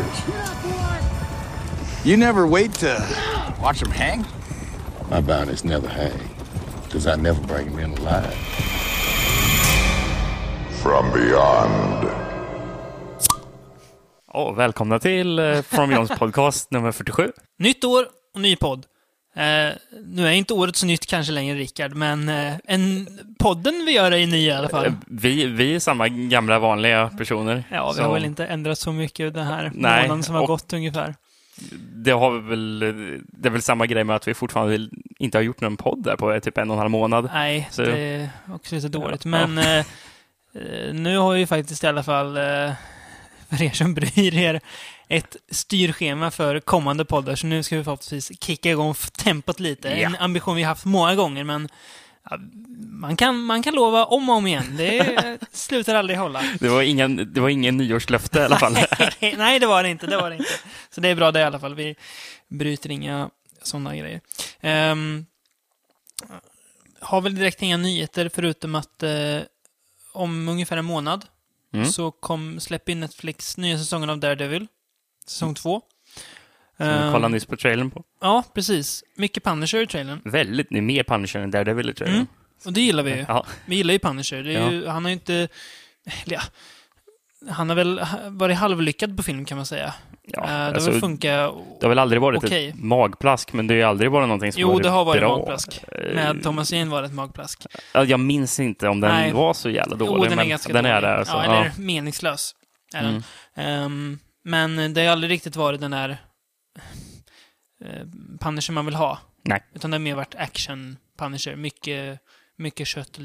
years. You never wait to watch them hang? My bounties never hang, because I never bring them in alive. From beyond. Välkomna till From Beyonds podcast nummer 47. Nytt år och ny podd. Nu är inte året så nytt kanske längre, Rickard, men podden vi gör är ny i alla fall. Vi är samma gamla vanliga personer. Ja, vi har väl inte ändrat så mycket den här månaden som har gått ungefär. Det är väl samma grej med att vi fortfarande inte har gjort någon podd där på typ 1,5 månad. Nej, så det är också lite dåligt. Men nu har vi faktiskt i alla fall, för er som bryr er, ett styrschema för kommande poddar. Så nu ska vi förhoppningsvis kicka igång tempot lite. Ja. En ambition vi har haft många gånger, men ja, man kan lova om och om igen. Det slutar aldrig hålla. Det var ingen nyårslöfte i alla fall. Nej, det var det inte. Så det är bra det i alla fall. Vi bryter inga sådana grejer. Har väl direkt inga nyheter förutom att om ungefär en månad så släpper in Netflix nya säsongen av Daredevil. Säsong 2. Kolla nyss på trailern på. Ja, precis. Mycket Punisher i trailern. Väldigt, det är mer Punisher än Daredevil i trailern. Och det gillar vi ju. Ja. Vi gillar ju Punisher. Det är ju, han har ju inte... Ja, han har väl varit halvlyckad på film, kan man säga. Ja, det alltså, har väl funkat. Det har väl aldrig varit ett magplask, men det har ju aldrig varit någonting som Jo, det har varit bra. Magplask. Med Thomas Jane var det ett magplask. Jag minns inte om den var så jävla dålig. Den är men ganska den dålig. är där. Alltså. Ja, eller meningslös. Är den. Men det har aldrig riktigt varit den där Punisher man vill ha. Nej. Utan det har mer varit action Punisher. Mycket kött,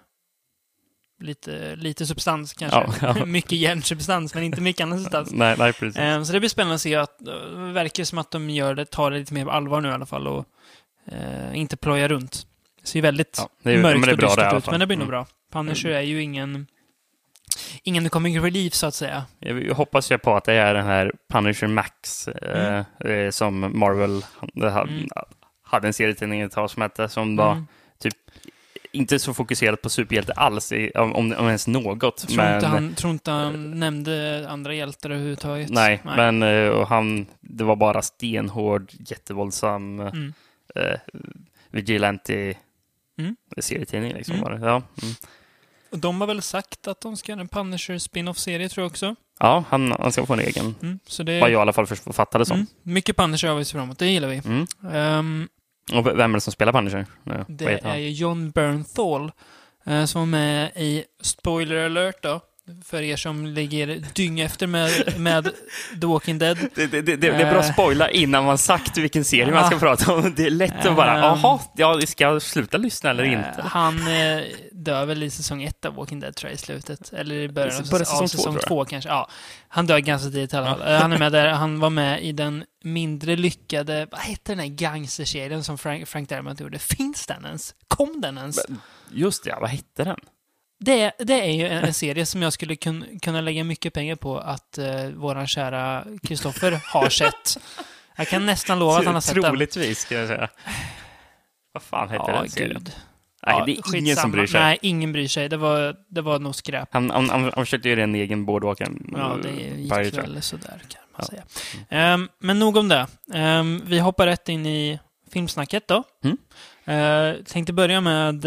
lite substans kanske. Ja. Mycket hjärnsubstans, men inte mycket annan substans. Nej, precis. Så det blir spännande att se att det verkar som att de tar det lite mer på allvar nu i alla fall och inte plojar runt. Det ser väldigt mörkt och dystert ut, men det blir nog bra. Punisher är ju ingen comic relief, så att säga. Jag hoppas på att det är den här Punisher Max som Marvel hade en serietidning ett tag som hette, som var typ inte så fokuserat på superhjälte alls, om ens något. Jag tror inte han nämnde andra hjältar överhuvudtaget. Nej. Men det var bara stenhård, jättevåldsam vigilante serietidning liksom. Var det. Ja. Och de har väl sagt att de ska göra en Punisher spin-off-serie, tror jag också. Ja, han ska få en egen. Så det... Vad jag i alla fall författade som. Mycket Punisher har vi sig framåt, det gillar vi. Och vem är det som spelar Punisher? Det är ju Jon Bernthal som är med i Spoiler Alert då. För er som ligger dyng efter med The Walking Dead. Det är bra att spoila innan man sagt vilken serie man ska prata om. Det är lätt att bara, ska jag sluta lyssna eller inte? Han dör väl i säsong 1 av Walking Dead, tror jag, i slutet. Eller i början av säsong 2 kanske. Ja, han dör ganska tidigt i alla fall. Han är med där. Han var med i den mindre lyckade, vad heter den här gangsterserien som Frank Darabont gjorde? Finns den ens? Kom den ens? Just det, vad hette den? Det är ju en serie som jag skulle kunna lägga mycket pengar på att våran kära Kristoffer har sett. Jag kan nästan lova att han har sett den. Troligtvis, ska jag säga. Vad fan heter den serien? Gud. Nej, det är ingen som bryr sig. Nej, ingen bryr sig. Det var nog skräp. Han försökte göra en egen boardwalk. Ja, det gick väl sådär, kan man säga. Men nog om det. Vi hoppar rätt in i filmsnacket då. Tänkte börja med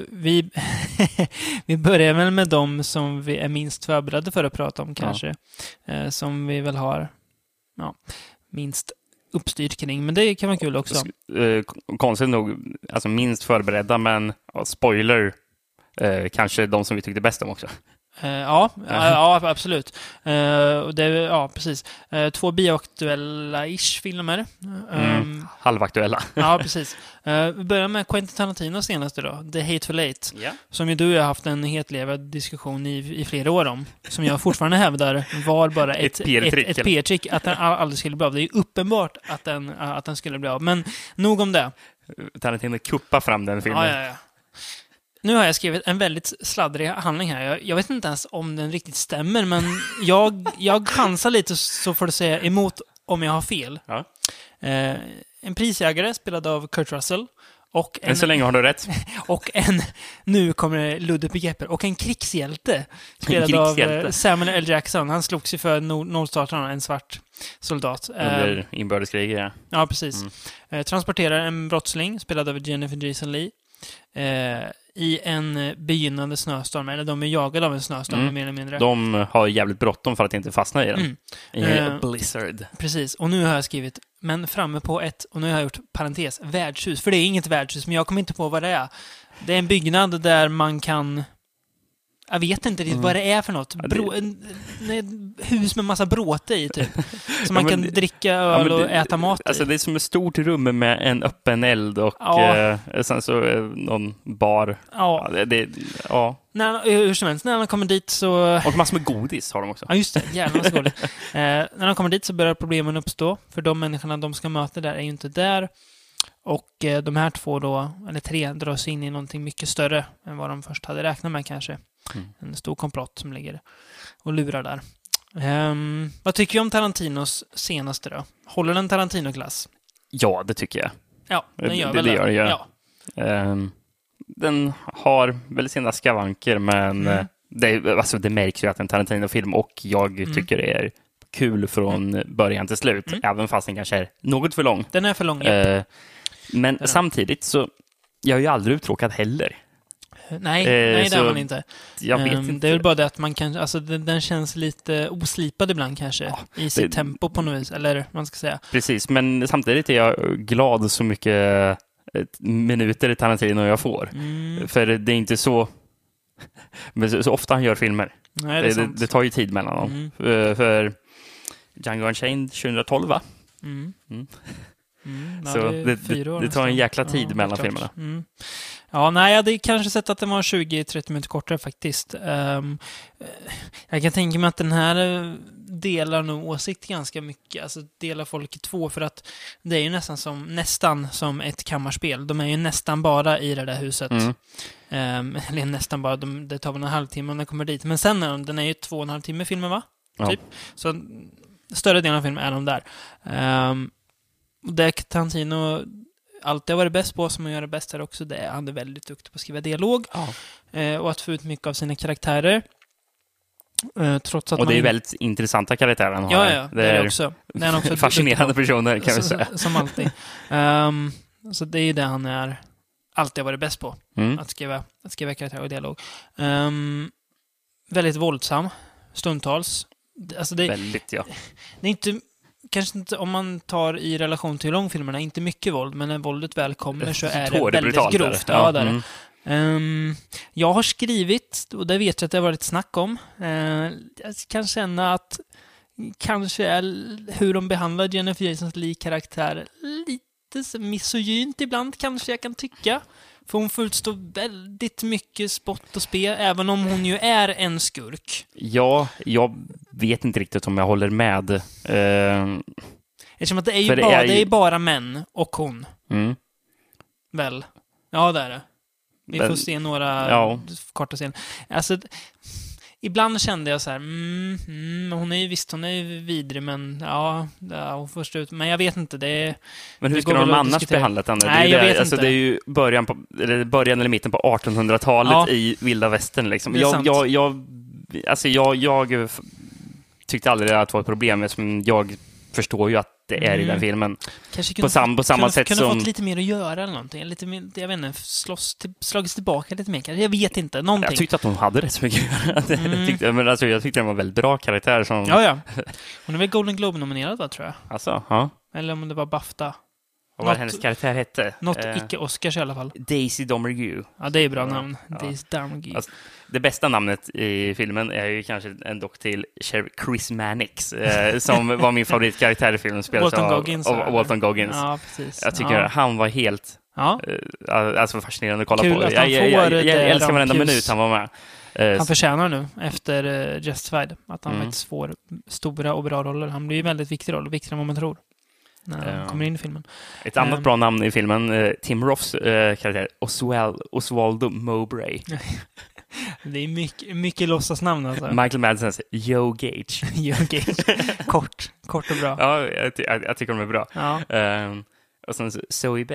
vi börjar väl med dem som vi är minst förberedda för att prata om kanske. Som vi väl har minst uppstyrt kring, men det kan vara kul också. Konstigt nog, alltså minst förberedda, men spoiler, kanske de som vi tyckte bäst om också. Ja, absolut. Precis. 2 bioaktuella-ish filmer. Halvaktuella. Ja, precis. Vi börjar med Quentin Tarantinos senaste då, The Hateful Eight. Yeah. Som ju du har haft en hetlevad diskussion i flera år om. Som jag fortfarande hävdar var bara ett PR-trick att den aldrig skulle bli av. Det är ju uppenbart att den skulle bli av. Men nog om det. Tarantino kuppar fram den filmen. Ja. Nu har jag skrivit en väldigt sladdrig handling här. Jag vet inte ens om den riktigt stämmer, men jag chansar lite, så får du säga emot om jag har fel. Ja. En prisjägare spelad av Kurt Russell Och Än så länge har du rätt. och nu kommer Ludde begreppet, och en krigshjälte spelad av Samuel L. Jackson. Han slogs ju för Nordstaterna, en svart soldat. Under inbördeskriget, ja. Ja, precis. Transporterar en brottsling, spelad av Jennifer Jason Leigh, i en begynnande snöstorm. Eller de är jagade av en snöstorm, mer eller mindre. De har jävligt bråttom för att inte fastna i den. I blizzard. Precis, och nu har jag skrivit, men framme på och nu har jag gjort parentes, värdshus. För det är inget värdshus, men jag kommer inte på vad det är. Det är en byggnad där man kan... Jag vet inte riktigt vad det är för något. Hus med massa bråte i, typ. Så man kan dricka öl och äta mat i. Alltså det är som ett stort rum med en öppen eld och sen så någon bar. Ja. Hur som helst, när han kommer dit så... Och massor med godis har de också. Ja, just det. Jävlar så godis. När han kommer dit så börjar problemen uppstå. För de människorna de ska möta där är ju inte där. Och de här 2 då, eller 3, dras in i någonting mycket större än vad de först hade räknat med kanske. En stor komplott som ligger och lurar där. Vad tycker vi om Tarantinos senaste då? Håller den Tarantino-klass? Ja, det tycker jag. Ja, den gör väl det. Gör. Ja. Den har väl sina skavanker, men det märks ju att en Tarantino-film, och jag tycker det är kul från början till slut, även fast den kanske är något för lång. Den är för lång, men samtidigt så jag är ju aldrig uttråkad heller. Nej, det är man inte. Jag vet inte. Det är väl bara det att man kan, alltså den känns lite oslipad ibland kanske, i sitt tempo på något vis, eller vad man ska säga. Precis, men samtidigt är jag glad så mycket minuter i Tarantino jag får. För det är inte så så ofta han gör filmer. Nej, det tar ju tid mellan dem. För Django Unchained 2012, va? Så det tar en jäkla tid mellan filmerna. Ja, nej, jag hade kanske sett att den var 20-30 minuter kortare faktiskt. Jag kan tänka mig att den här delar nog åsikt ganska mycket. Alltså delar folk i 2, för att det är ju nästan som ett kammarspel. De är ju nästan bara i det där huset. Eller nästan bara, det tar väl en halvtimme om den kommer dit. Men sen den är ju 2,5 timme filmen, va? Ja. Typ. Så större delen av filmen är de där. Det Tarantino alltid har varit bäst på, som man gör det bäst här också, det är han är väldigt duktig på att skriva dialog och att få ut mycket av sina karaktärer. Trots att och det är väldigt intressanta karaktärer han har. Ja, det är också. Det är också fascinerande personer, kan vi säga. Som alltid. Så det är ju det han alltid har varit bäst på. Att skriva karaktärer och dialog. Väldigt våldsam stundtals. Alltså väldigt, ja. Det är inte, kanske inte, om man tar i relation till långfilmerna, inte mycket våld, men när våldet väl kommer så är det väldigt brutalt, grovt. Ja, där. Jag har skrivit, och det vet jag att det har varit snack om, jag kan känna att kanske är hur de behandlar Jennifer Jasons Leigh-karaktär lite misogynt ibland, kanske jag kan tycka. För hon får utstå väldigt mycket spott och spe, även om hon ju är en skurk. Ja, jag vet inte riktigt om jag håller med. Eftersom att det är ju bara män och hon. Väl? Ja, det är det. Vi får se några korta scener. Alltså, ibland kände jag så här, hon är ju vidrig, men hon får stå ut. Men jag vet inte, men hur ska de annars behandlat henne? Nej, jag vet inte. Det är ju början eller mitten på 1800-talet i vilda västern liksom. Jag tyckte aldrig att det var ett problem, men jag förstår ju att det är i den filmen. Kanske på samma sätt kunde som... fått lite mer att göra eller någonting. Lite mer, jag vet inte, slagits tillbaka lite mer. Jag vet inte, någonting. Jag tyckte att hon hade rätt så mycket att göra. Jag tyckte den var en väldigt bra karaktär. Som... Ja. Hon är väl Golden Globe-nominerad, va, tror jag. Alltså, ja. Eller om det var BAFTA. Vad hennes karaktär hette? Något icke-Oscars i alla fall. Daisy Domergue. Ja, det är bra namn. Daisy Domergue. Alltså, det bästa namnet i filmen är ju kanske ändå till Chris Mannix, som var min favoritkaraktär i filmen. Walton Goggins. Ja, precis. Jag tycker han var helt alltså fascinerande att kolla kul på. Att han jag älskar varenda minut han var med. Han förtjänar nu, efter Justified, att han faktiskt får stora och bra roller. Han blir ju en väldigt viktig roll, viktigare än vad man tror. När han kommer in i filmen. Ett annat bra namn i filmen, Tim Roths karaktär, Oswaldo Mowbray. Det är mycket låtsasnamn alltså. Michael Madisons Joe Gage. Joe Gage. Kort och bra. Ja, jag tycker de är bra. Ja. Och sen Zoe Bell.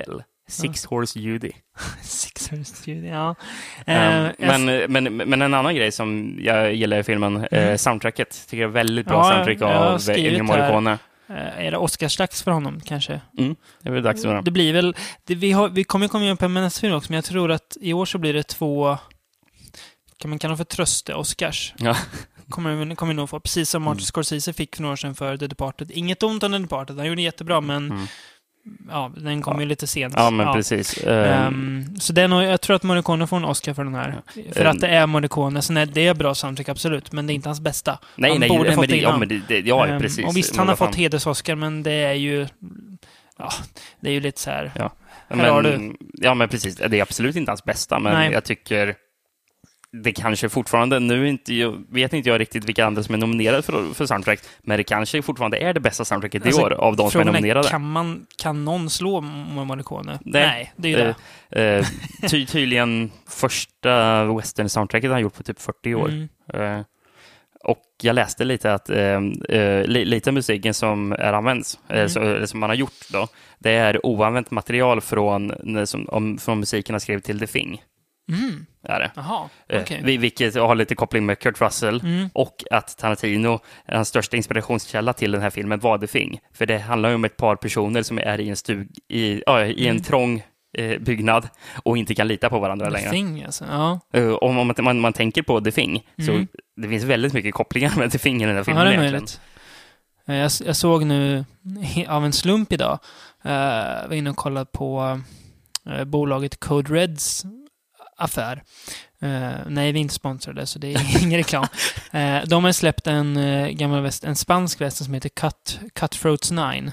Six Horse Judy. Six Horse Judy, ja. Men en annan grej som jag gillar i filmen, soundtracket. Tycker jag är väldigt bra soundtrack av Ennio Morricone. Är det Oscarsdags för honom kanske? Det är väl dags för det. Det blir väl... vi kommer komma in på en nästa film också, men jag tror att i år så blir det 2... Kan man kalla dem för tröste-Oscars? Ja. Kommer vi nog få. Precis som Martin Scorsese fick för några år sedan för The Departed. Inget ont om The Departed. Han gjorde jättebra, men... Ja, den kom ju lite sent. Ja, men precis. Så det är nog, jag tror att Morricone får en Oscar för den här. För att det är Morricone. Sen är det bra soundtrack, absolut. Men det är inte hans bästa. Nej, borde fått det innan. Ja, precis. Och visst, han har fått heders-Oscar, men det är ju... Ja, det är ju lite så här... Ja, här har du. Ja, men precis. Det är absolut inte hans bästa, men jag tycker... Det kanske fortfarande, vet inte jag riktigt vilka andra som är nominerade för soundtrack, men det kanske fortfarande är det bästa soundtracket i år av de som är nominerade. Kan någon slå Morricone? Nej, det är ju det. Tydligen första western-soundtracket han gjort på typ 40 år. Och jag läste lite att lite musiken som är används, som man har gjort då, det är oanvänt material från musiken han skrev till The Thing. Är det. Aha, okay. Vilket har lite koppling med Kurt Russell och att Tarantino, hans största inspirationskälla till den här filmen var The Thing. För det handlar ju om ett par personer som är i en trång byggnad och inte kan lita på varandra längre. The Thing, alltså. Ja. Om man tänker på The Thing så det finns väldigt mycket kopplingar med The Thing i den här filmen. Ja, det är möjligt. Jag såg nu av en slump idag, var inne och kollade på bolaget Code Reds affär. Nej, vi är inte sponsrade, så det är ingen reklam. De har släppt en gammal väst, en spansk väst som heter Cutthroats 9.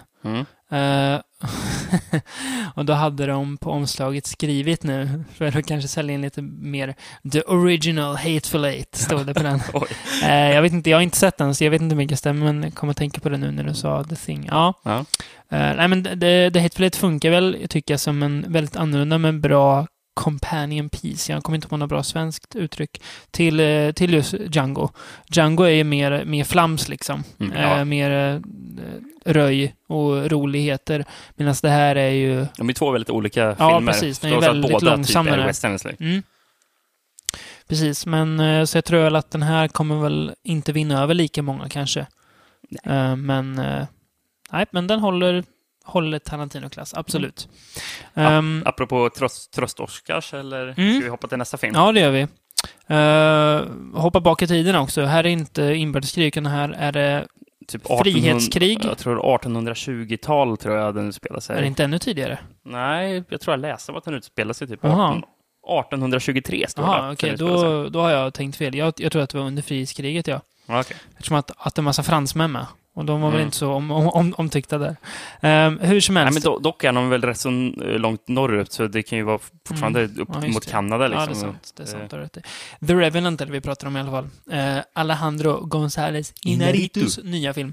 Och då hade de på omslaget skrivit nu, för att kanske sälja in lite mer, The Original Hateful Eight, stod det på den. Jag vet inte, jag har inte sett den, så jag vet inte hur mycket stämmer, men jag kommer att tänka på det nu när du sa The Thing. Ja. Nej, men The Hateful Eight funkar väl, tycker jag, som en väldigt annorlunda men bra companion piece. Jag kommer inte på något bra svenskt uttryck till just Django. Django är ju mer flams liksom. Mer röj och roligheter. Medan det här är ju... De är två väldigt olika filmer. Ja, precis. Den är väldigt långsammare. Precis, men så jag tror väl att den här kommer väl inte vinna över lika många kanske. Men den håller Tarantino-klass, absolut. Apropå tröst-Oscars, eller ska vi hoppa till nästa film? Ja, det gör vi. Hoppa bak i tiden också. Här är inte inbördeskrig, utan här är det typ frihetskrig. Jag tror 1820-tal tror jag den utspelar sig. Är det inte ännu tidigare? Nej, jag tror jag läste att den utspelar sig typ 1823 står det. Okej, då har jag tänkt fel. Jag tror att det var under frihetskriget, ja. Okay. Eftersom att en massa fransmän med. Och de var väl inte så omtyckta där. Hur som helst. Nej, men dock är de väl rätt så långt norrut, så det kan ju vara fortfarande upp mot Kanada. Liksom. Ja, det är sant. The Revenant, eller vi pratar om i alla fall. Alejandro González Iñárritus nya film.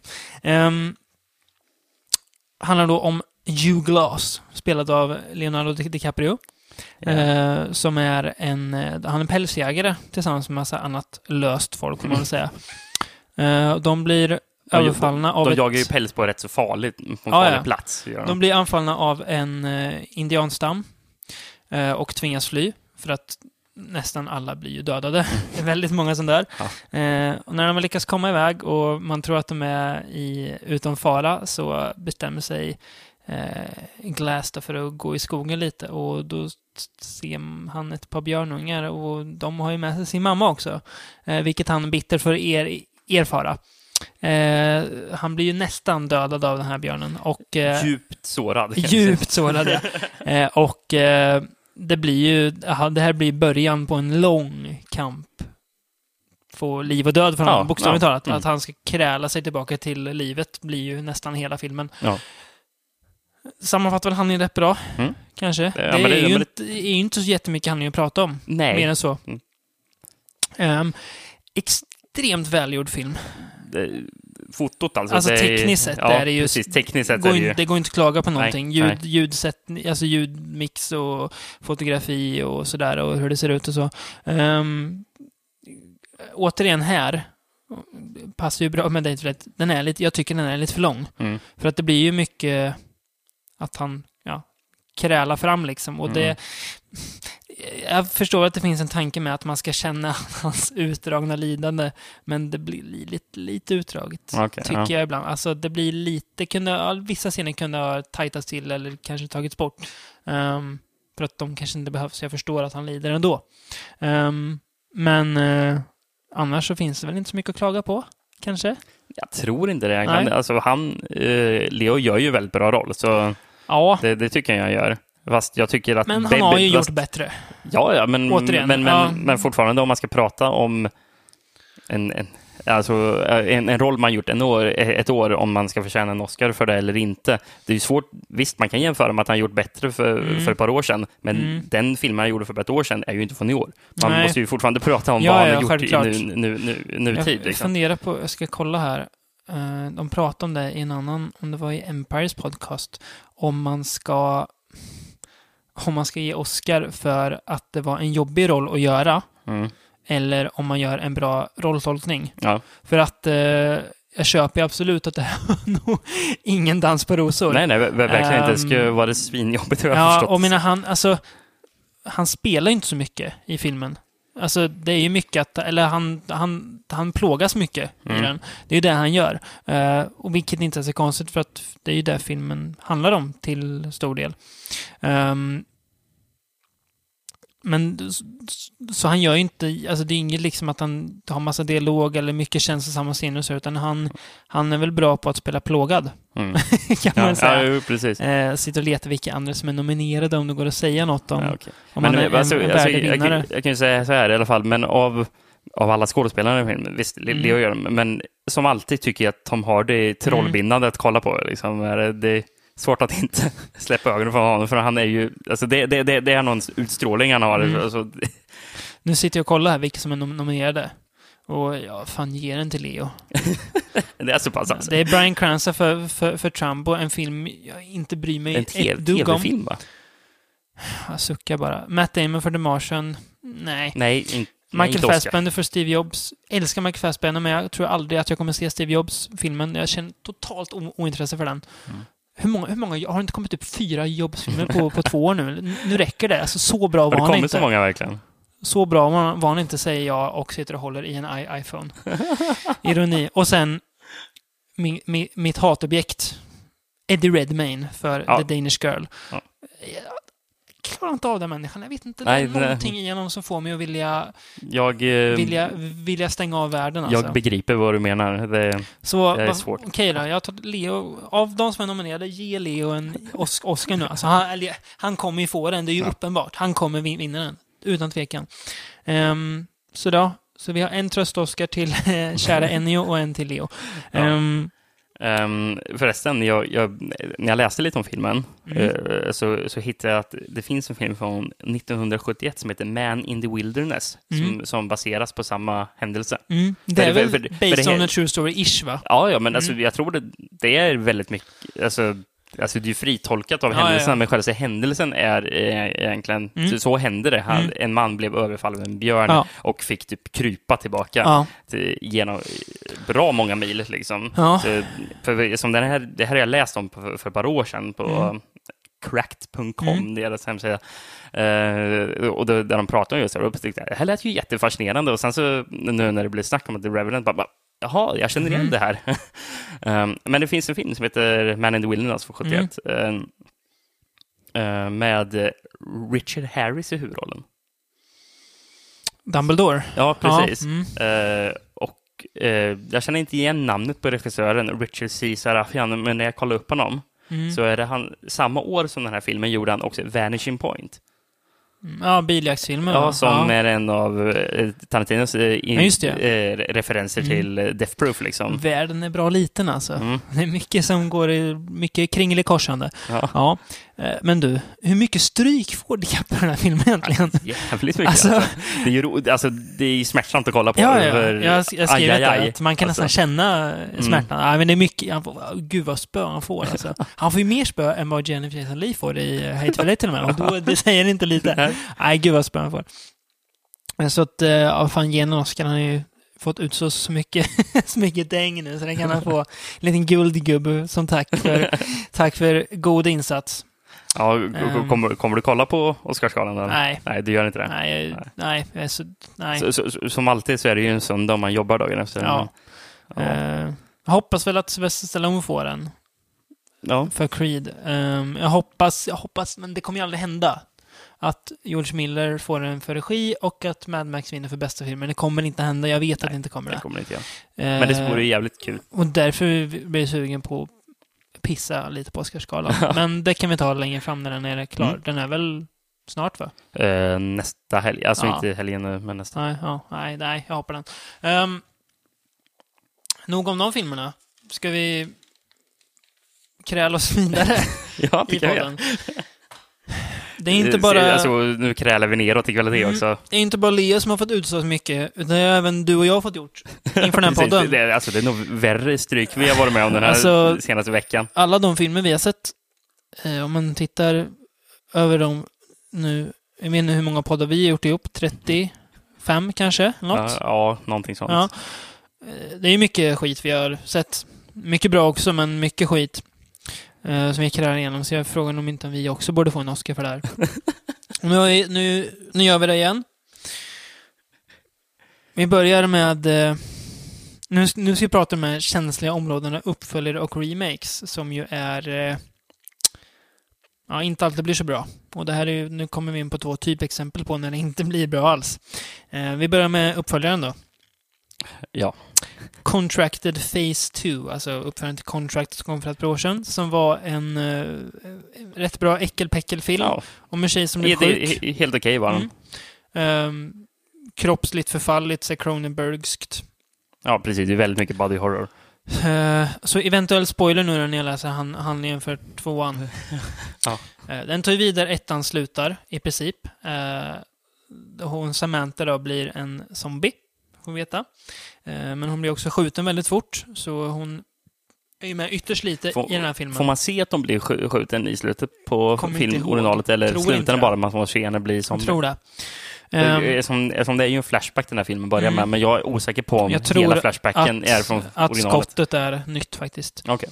Handlar då om Hugh Glass, spelad av Leonardo DiCaprio. Som är han är pälsjägare tillsammans med massa annat löst folk, får man väl säga. De blir överfallna av de jagar ju päls på rätt så farligt plats. De blir anfallna av en indianstam och tvingas fly för att nästan alla blir ju dödade. Det är väldigt många som dör. Och när de lyckas komma iväg och man tror att de är utom fara, så bestämmer sig Glass för att gå i skogen lite, och då ser han ett par björnungar, och de har ju med sig sin mamma också, vilket han bitter för erfara. Han blir ju nästan dödad av den här björnen och djupt sårad. Och det blir ju det här blir början på en lång kamp få liv och död för honom, bokstavligt talat. Att han ska kräla sig tillbaka till livet blir ju nästan hela filmen. Sammanfattar väl han är rätt bra, kanske. Det är ju inte så jättemycket handling att prata om. Nej. Mer än så. Extremt välgjord film. Fotot alltså. Tekniskt sett är det ju... Precis, tekniskt sett det går inte att klaga på någonting. Ljudmix och fotografi och sådär, och hur det ser ut och så. Återigen här passar ju bra med det, för att jag tycker den är lite för lång. För att det blir ju mycket att han kräla fram liksom. Och det... Jag förstår att det finns en tanke med att man ska känna hans utdragna lidande, men det blir lite utdraget, tycker jag ibland. Alltså det blir lite, vissa scener kunde ha tajtats till eller kanske tagits bort. För att de kanske inte behövs. Jag förstår att han lider ändå. Men annars så finns det väl inte så mycket att klaga på, kanske? Jag tror inte det egentligen. Alltså Leo gör ju väldigt bra roll, så ja. Det tycker jag gör. Fast jag tycker att... Men han har ju gjort bättre. Ja, men fortfarande om man ska prata om en roll man gjort ett år om man ska förtjäna en Oscar för det eller inte. Det är ju svårt. Visst, man kan jämföra med att han gjort bättre för ett par år sedan, men den filmen han gjorde för ett år sedan är ju inte från i år. Man måste ju fortfarande prata om vad han har gjort i nutid. Jag funderar på, jag ska kolla här. De pratade om det i en annan, om det var i Empires podcast, om man ska ge Oscar för att det var en jobbig roll att göra eller om man gör en bra rolltolkning. Ja. För att jag köper absolut att det här var nog ingen dans på rosor. Nej, verkligen inte. Det ska vara det svinjobbigt, har jag förstått. Och han spelar inte så mycket i filmen. Alltså det är ju mycket han plågas mycket i den. Det är ju det han gör. Och vilket inte är så konstigt, för att det är ju det filmen handlar om till stor del. Men så han gör ju inte, alltså det är inget liksom att han har massa dialog eller mycket känslosamma scener, utan han är väl bra på att spela plågad. Kan man säga. Ja, precis. Sitter och letar vilka andra som är nominerade, om det går att säga något om, om men man är en värdevinnare. Jag kan ju säga så här i alla fall, men av alla skådespelare i filmen, visst, Leo gör det, men som alltid tycker jag att Tom Hardy är trollbindande att kolla på. Liksom. Det är svårt att inte släppa ögonen från honom, för han är ju, alltså det är någon utstrålning han har. Alltså. Nu sitter jag och kollar här vilka som är nominerade. Och ger den till Leo. Det är så pass alltså. Det är Bryan Cranston för Trumbo, en film jag inte bryr mig ett dugg om. TV-film, va? Jag suckar bara. Matt Damon för The Martian. Nej, Michael Fassbender för Steve Jobs. Älskar Michael Fassbender, men jag tror aldrig att jag kommer se Steve Jobs-filmen. Jag känner totalt ointresse för den. Hur många har det inte kommit upp 4 Jobs-filmer på 2 år nu? Nu räcker det. Alltså, så bra var han inte. Har det kommit så många verkligen? Så bra var han inte, säger jag, och sitter och håller i en iPhone. Ironi. Och sen mitt hatobjekt, Eddie Redmayne för The Danish Girl. Ja. Jag klarar inte av den människan. Jag vet inte, det är någonting igenom som får mig att vilja stänga av världen. Alltså. Jag begriper vad du menar. Det är svårt. Okej då, jag tar Leo. Av de som är nominerade, ge Leo en Oscar nu. Alltså, han kommer ju få den, det är ju uppenbart. Han kommer vinna den, utan tvekan. Så vi har en tröst-Oscar till kära Ennio och en till Leo. Förresten, när jag läste lite om filmen så hittade jag att det finns en film från 1971 som heter Man in the Wilderness som baseras på samma händelse. Det är väl based on a true story-ish, va? Ja, men alltså, jag tror det är väldigt mycket, alltså det är ju fritolkat av händelserna, men själva händelsen är egentligen så hände det. En man blev överfallen av en björn och fick typ krypa tillbaka genom bra många mil liksom. För som det här har jag läst om för ett par år sedan på cracked.com, deras hemsida. Och där de pratar om just det här lät ju jättefascinerande, och sen så nu när det blir snack om att The Revenant bara jaha, jag känner igen det här. Men det finns en film som heter Man in the Wilderness från 71 med Richard Harris i huvudrollen. Dumbledore? Ja, precis. Och jag känner inte igen namnet på regissören Richard C. Sarafian, men när jag kollar upp honom så är det han, samma år som den här filmen gjorde han också Vanishing Point. Ja, biljaktsfilmen. Ja, som är en av Tarantinos referenser till Death Proof liksom. Världen är bra liten alltså. Det är mycket som går mycket kringelikorsande. Ja. Men du, hur mycket stryk får det på den här filmen egentligen? Jävligt mycket. Det är ju smärtsamt att kolla på. Ja. Jag skrev att man kan nästan känna smärtan. Ja, men det är mycket. Gud vad spö han får. Alltså. Han får ju mer spö än vad Jennifer Jason Leigh får i Hateful Eight till och med. Och då, det säger inte lite. Nej, gud vad spö han får. Så att, fan, genom Oscar han har ju fått ut så mycket däng nu, så den kan han få en liten guldgubbe som tack för god insats. Ja, kommer du kolla på Oscarsgalan? Eller? Nej. Nej, du gör inte det. Nej. Som alltid så är det ju en söndag om man jobbar dagen efter. Ja. Jag hoppas väl att Sylvester Stallone får den. Ja. För Creed. Jag hoppas, men det kommer ju aldrig hända. Att George Miller får den för regi och att Mad Max vinner för bästa film. Men det kommer inte hända. Jag vet att det inte kommer det. Kommer inte, ja. Men det vore jävligt kul. Och därför blir jag sugen på att pissa lite på Oscarsgalan. Men det kan vi ta längre fram när den är klar. Den är väl snart, va? Nästa helg. Alltså inte helgen nu, men nästa. Nej, jag hoppar den. Nog om de filmerna. Ska vi kräla oss vidare ja, det kan podden? Det är inte bara... Alltså, nu krälar vi neråt i kvalitet också. Det är inte bara Lea som har fått utstå så mycket. Det har även du och jag fått gjort inför den här podden. Det är nog värre stryk vi har varit med om den här senaste veckan. Alla de filmer vi har sett, om man tittar över dem nu, jag menar hur många poddar vi har gjort ihop, 35 kanske? Något? Ja, någonting sånt. Ja. Det är mycket skit vi har sett. Mycket bra också, men mycket skit. Som vi krälar igenom. Så jag frågar om inte vi också borde få en Oscar för det här. Nu gör vi det igen. Vi börjar med... Nu ska vi prata med känsliga områdena, uppföljare och remakes. Som ju är... inte alltid blir så bra. Och det här är nu kommer vi in på 2 typexempel på när det inte blir bra alls. Vi börjar med uppföljaren då. Ja. Contracted Phase 2, alltså uppföljaren till Contract som kom för ett par år sedan, som var en rätt bra äckelpäckelfilm om en tjej som blev sjuk. Helt okej var den. Kroppsligt förfallit, så Cronenbergskt. Ja, precis. Det är väldigt mycket body horror. Så eventuell spoiler nu när jag läser handlingen för 2:an. Den tar ju vidare, 1:an slutar i princip. Hon Samantha då blir en zombie, får vi veta. Men hon blir också skjuten väldigt fort, så hon är ju med ytterst lite i den här filmen. Får man se att de blir skjuten i slutet på filmoriginalet, eller slutar den bara man får se henne bli zombie? Jag tror det. Som det är ju en flashback den här filmen börjar med, men jag är osäker på om hela flashbacken är från originalet. Att skottet är nytt faktiskt. Okay.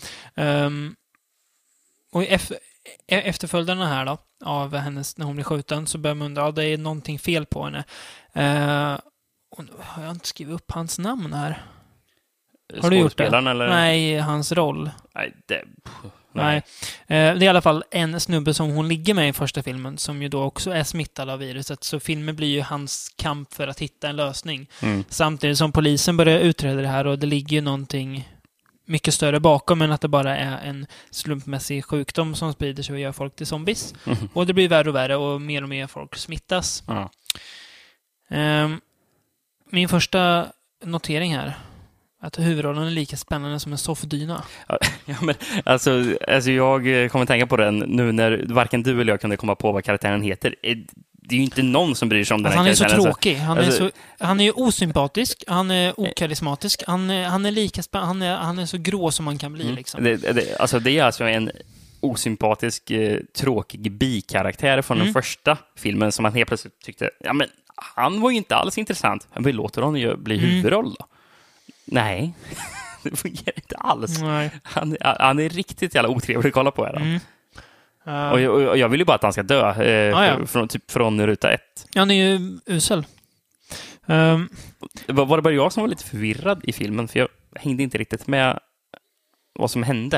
Och efterföljarna här då, av hennes, när hon blir skjuten, så börjar man undra, det är någonting fel på henne. Har jag inte skrivit upp hans namn här? Har du gjort det? Eller? Nej, hans roll. Nej. Det är i alla fall en snubbe som hon ligger med i första filmen, som ju då också är smittad av viruset. Så filmen blir ju hans kamp för att hitta en lösning. Samtidigt som polisen börjar utreda det här, och det ligger ju någonting mycket större bakom än att det bara är en slumpmässig sjukdom som sprider sig och gör folk till zombies. Och det blir värre och värre, och mer folk smittas. Min första notering här, att huvudrollen är lika spännande som en soffdyna. Ja, men alltså jag kommer tänka på den nu när varken du eller jag kunde komma på vad karaktären heter. Det är ju inte någon som bryr sig om den här karaktären. Han är så tråkig. Han är ju osympatisk, han är okarismatisk, han är lika han är så grå som man kan bli liksom. Det är alltså en osympatisk, tråkig bikaraktär från den första filmen som man helt plötsligt tyckte, ja men han var ju inte alls intressant. Men vi låter honom ju bli huvudroll då. Nej, det fungerar inte alls. Nej. Han är riktigt jävla otrevlig att kolla på här. Och jag vill ju bara att han ska dö från ruta 1. Ja, han är ju usel. Var det bara jag som var lite förvirrad i filmen? För jag hängde inte riktigt med vad som hände.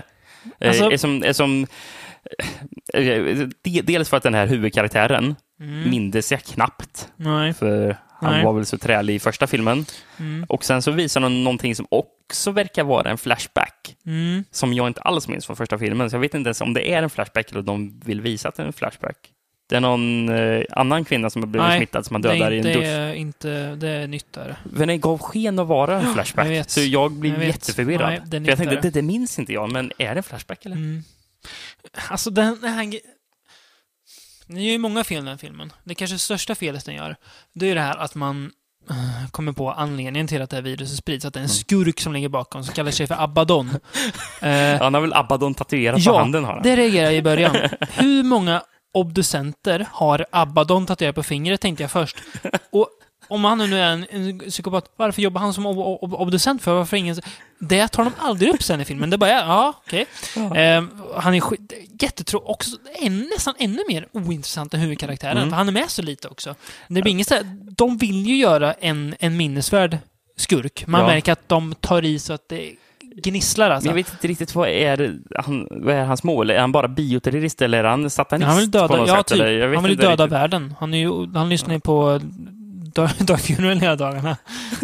Dels för att den här huvudkaraktären mindes jag knappt. Nej. För han var väl så trälig i första filmen. Och sen så visar de någonting som också verkar vara en flashback. Som jag inte alls minns från första filmen. Så jag vet inte ens om det är en flashback eller om de vill visa att det är en flashback. Det är någon annan kvinna som har blivit smittad som man dödar i en dusch. Det är nytt där. Men det gav sken att vara en flashback. Så jag blev jätteförvirrad. Nej, jag tänkte, det minns inte jag, men är det en flashback eller? Alltså den här... Det är ju många fel i den filmen. Det kanske största felet den gör, det är ju det här att man kommer på anledningen till att det här viruset sprids, att det är en skurk som ligger bakom, som kallar sig för Abaddon. Han har väl Abaddon tatuerat på handen, har han? Det reagerar jag i början. Hur många obducenter har Abaddon tatuerat på fingret, tänkte jag först. Och om han nu är en psykopat, varför jobbar han som obducent för? Varför ingen... Det tar de aldrig upp sen i filmen. Det är bara, ja, okej. Han är också nästan ännu mer ointressant än huvudkaraktären. För han är med så lite också. Det blir inget så här, de vill ju göra en minnesvärd skurk. Man märker att de tar i så att det gnisslar alltså. Jag vet inte riktigt vad är hans mål. Är han bara bioterrorist eller är han satanist? Han vill döda, på något sätt, typ. Eller? Han vill döda världen. Han lyssnar ju på Dark Funeral hela dagarna.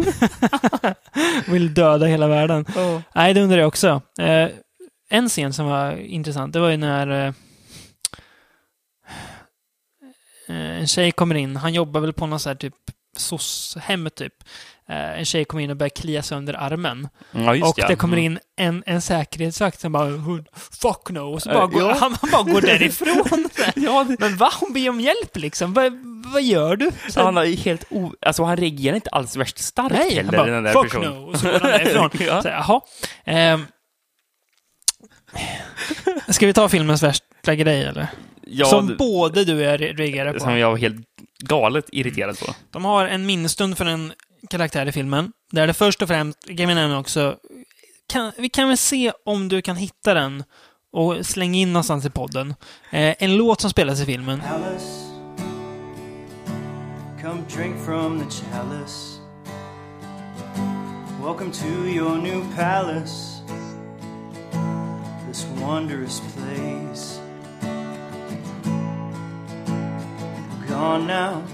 Vill döda hela världen. Nej, det undrar jag också. En scen som var intressant, det var ju när en tjej kommer in. Han jobbar väl på någon så här typ SOS-hem typ. En tjej kommer in och börjar klia sönder armen. Ja, just och det kommer in en säkerhetsvakt som bara fuck no. Och så bara han bara går därifrån. Men hon ber om hjälp liksom. Vad gör du? Så han är helt alltså han reagerar inte alls värst starkt heller. Bara, den där fuck personen. no. Och så går han därifrån. Så, jaha. Ska vi ta filmens värsta grej eller? Ja, som både du och jag reagerar på. Som jag var helt galet irriterad på. De har en minnesstund för en karaktär i filmen. Där det först och främst, kan vi nämna också, vi kan väl se om du kan hitta den och slänga in någonstans i podden. En låt som spelas i filmen. Alice, come drink from the chalice. Welcome to your new palace. This wondrous place. Gone now.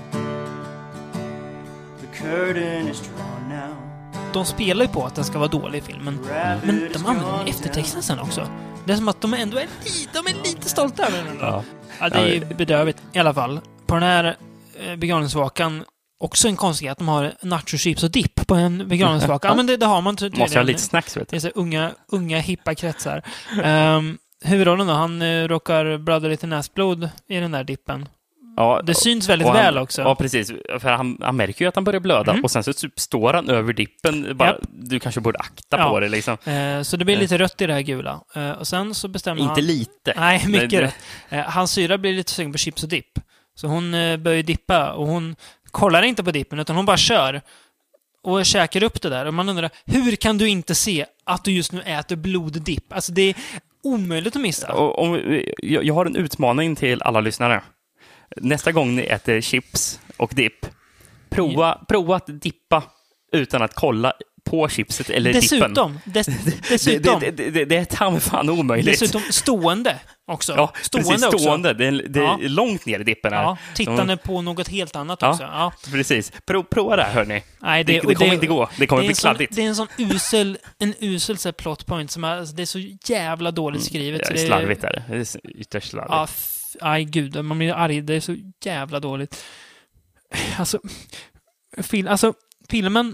The curtain is drawn now. De spelar ju på att den ska vara dålig i filmen. Men de använder eftertexten sen också. Det är som att de ändå är lite stolta över den. Ja, det är ju bedrövligt. I alla fall, på den här begravningsvakan, också en konstighet att de har nacho chips och dipp på en begravningsvaka. Ja, men det har man tydligen. Måste ha lite snacks, vet du. Det är så unga hippa kretsar. Huvudrollen då, han råkar blöda lite näsblod i den där dippen. Ja, det syns väldigt väl också. Ja, precis. För han märker ju att han börjar blöda. Och sen så typ står han över dippen. Bara, du kanske borde akta på det. Liksom. Så det blir lite rött i det här gula. Och sen så bestämmer han... Inte lite. Nej, mycket rött. Hans syra blir lite sugen på chips och dipp. Så hon börjar dippa. Och hon kollar inte på dippen, utan hon bara kör. Och käkar upp det där. Och man undrar, hur kan du inte se att du just nu äter bloddipp? Alltså det är omöjligt att missa. Jag har en utmaning till alla lyssnare. Nästa gång ni äter chips och dipp, prova att dippa utan att kolla på chipset eller dippen. Dessutom. Det är fan omöjligt. Dessutom stående också. Ja, stående också. Det är långt ner i dippen här. Ja, tittande på något helt annat också. Ja, precis. Prova det här, hörni. Nej, det kommer inte gå. Det kommer bli kladdigt. Det är en sån usel plot point som är, det är så jävla dåligt skrivet. Det är slarvigt där. Det är ytterst slarvigt. Ja, aj gud, man blir arg. Det är så jävla dåligt. Alltså, filmen,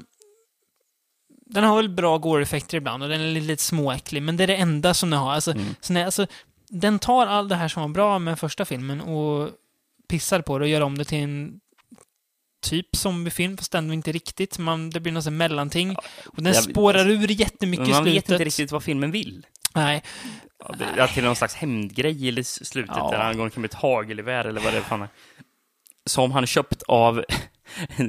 den har väl bra gore-effekter ibland och den är lite småäcklig, men det är det enda som den har. Den tar allt det här som var bra med första filmen och pissar på det och gör om det till en typ zombiefilm, fast ändå inte riktigt. Det blir något mellanting. Och den spårar ur jättemycket i slutet. Man vet inte riktigt vad filmen vill. Nej. Till någon slags hämndgrej i slutet där han går omkring med ett hagelgevär eller vad det fan är. Som han köpt av en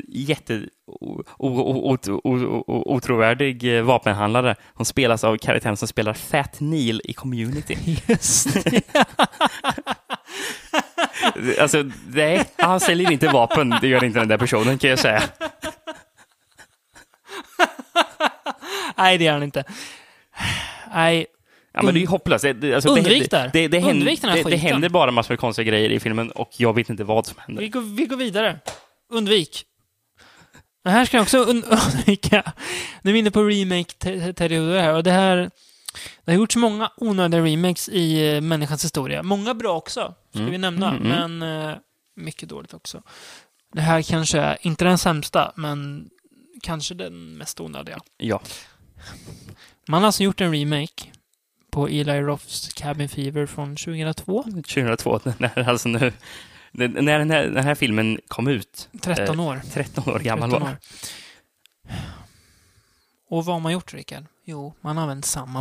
otrovärdig vapenhandlare. Hon spelas av karaktären som spelar Fat Neil i Community. Just alltså, han säljer inte vapen. Det gör inte den där personen, kan jag säga. Nej, det gör han inte. Nej. Ja, men det är ju hopplöst. Undvik där. Det händer bara massor med konstiga grejer i filmen och jag vet inte vad som händer. Vi går vidare. Undvik. Det här ska jag också undvika. Nu är vi inne på remake-perioder här. Och det har gjorts många onödiga remakes i människans historia. Många bra också, ska vi nämna. Men mycket dåligt också. Det här kanske är inte den sämsta, men kanske den mest onödiga. Ja. Man har alltså gjort en remake på Eli Roths Cabin Fever från 2002. 2002, alltså nu... När den här filmen kom ut. 13 år. 13 år gammal var. Och vad har man gjort, Rickard? Jo, man har använt samma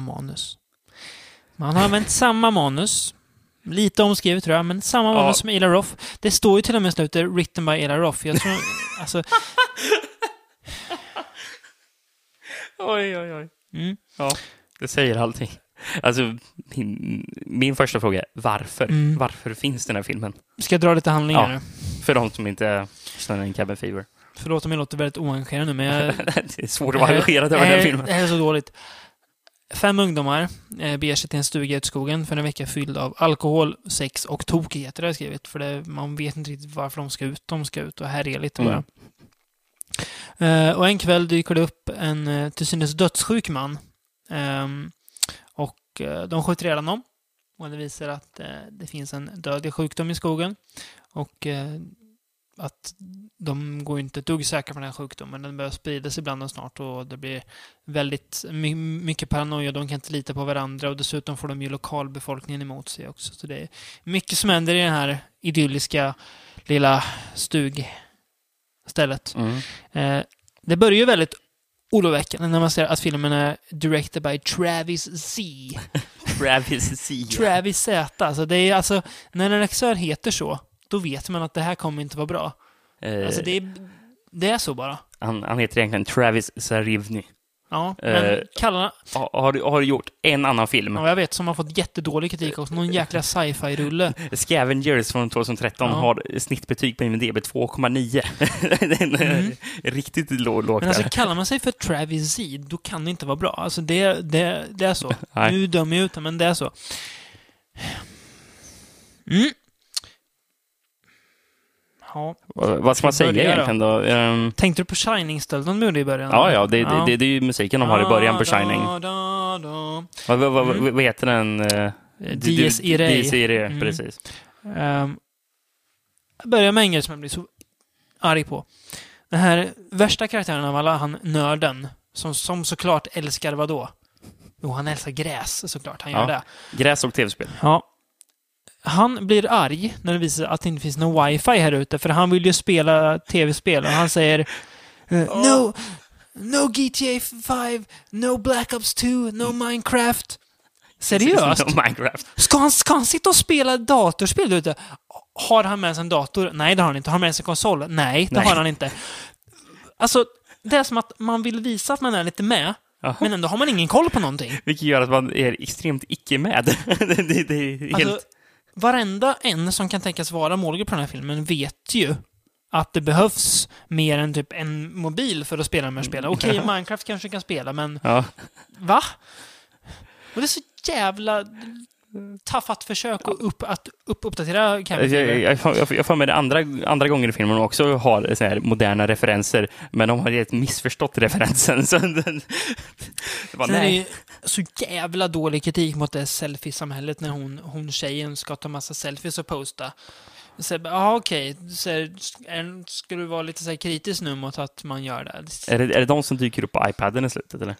manus. Lite omskrivet tror jag, men samma manus som Eli Roth. Det står ju till och med slutet written by Eli Roth. Jag tror, alltså, Oj. Ja, det säger allting. Alltså, min första fråga är varför? Varför finns den här filmen? Ska jag dra lite handlingar nu? För de som inte känner en Cabin Fever. Förlåt om jag låter väldigt oengagerad nu, men det är svårt att vara engagerad över den här filmen. Det här är så dåligt. 5 ungdomar beger sig till en stuga ut skogen för en vecka fylld av alkohol, sex och tokigheter, har jag skrivit. För man vet inte riktigt varför de ska ut. De ska ut och härja lite bara. Och en kväll dyker det upp en till synes dödssjuk man. Och de skjuter redan om. Och det visar att det finns en dödlig sjukdom i skogen. Och att de går inte ett dugg säkra på den här sjukdomen. Den börjar spridas ibland och snart. Och det blir väldigt mycket paranoia. De kan inte lita på varandra. Och dessutom får de ju lokalbefolkningen emot sig också. Så det är mycket som händer i den här idylliska lilla stugstället. Det börjar ju väldigt oroväckande när man ser att filmen är directed by Travis Z. Travis Z. Alltså det är alltså, när en regissör heter så, då vet man att det här kommer inte vara bra. Alltså det är så bara. Han heter egentligen Travis Zarivny. Ja, men har du gjort en annan film? Ja, jag vet, som har fått jättedålig kritik också. Någon jäkla sci-fi-rulle. Scavengers från 2013 har snittbetyg på IMDb 2,9. Det är riktigt lågt. Men alltså, kallar man sig för Travis Z, då kan det inte vara bra. Alltså, det är så. Nu dömer jag ut det, men det är så. Ja. Vad ska man säga egentligen då? Tänkte du på Shining-stölden de gjorde i början? Ja, det är ju musiken de har i början på Shining. Vad heter den? Dies Irae. Precis. Jag börjar med en grej som jag blir så arg på. Den här värsta karaktären av alla, han nörden, som såklart älskar vadå? Jo, han älskar gräs, såklart. Han gör det. Gräs och tv-spel. Ja. Han blir arg när det visar att det inte finns någon wifi här ute, för han vill ju spela tv-spel och han säger no GTA 5, no Black Ops 2, no Minecraft. Seriöst? No Minecraft. Ska han sitta och spela datorspel ute? Har han med sig en dator? Nej, det har han inte. Har han med sig en konsol? Nej, det har han inte. Alltså, det är som att man vill visa att man är lite med. Aha. Men ändå har man ingen koll på någonting. Vilket gör att man är extremt icke med. det är helt... Alltså, varenda en som kan tänkas vara målgrupp på den här filmen vet ju att det behövs mer än typ en mobil för att spela de här spelen. Okej, Minecraft kanske kan spela, men... Va? Och det är så jävla taffat försök att uppdatera Cabin Fever. Jag får med det andra gånger i filmen också har så här moderna referenser, men de har helt missförstått referensen. Så det var nej. Det är så jävla dålig kritik mot det selfie-samhället när hon tjejen ska ta massa selfies och posta. Så okej. Ska du vara lite så här kritisk nu mot att man gör det? Är det de som dyker upp på iPaden i slutet, eller?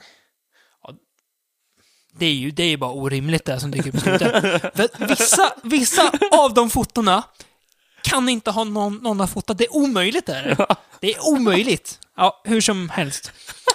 Det är ju bara orimligt det som dyker upp i slutet. För vissa av de fotona kan inte ha någon att fota. Det är omöjligt där. Det är omöjligt. Ja, hur som helst.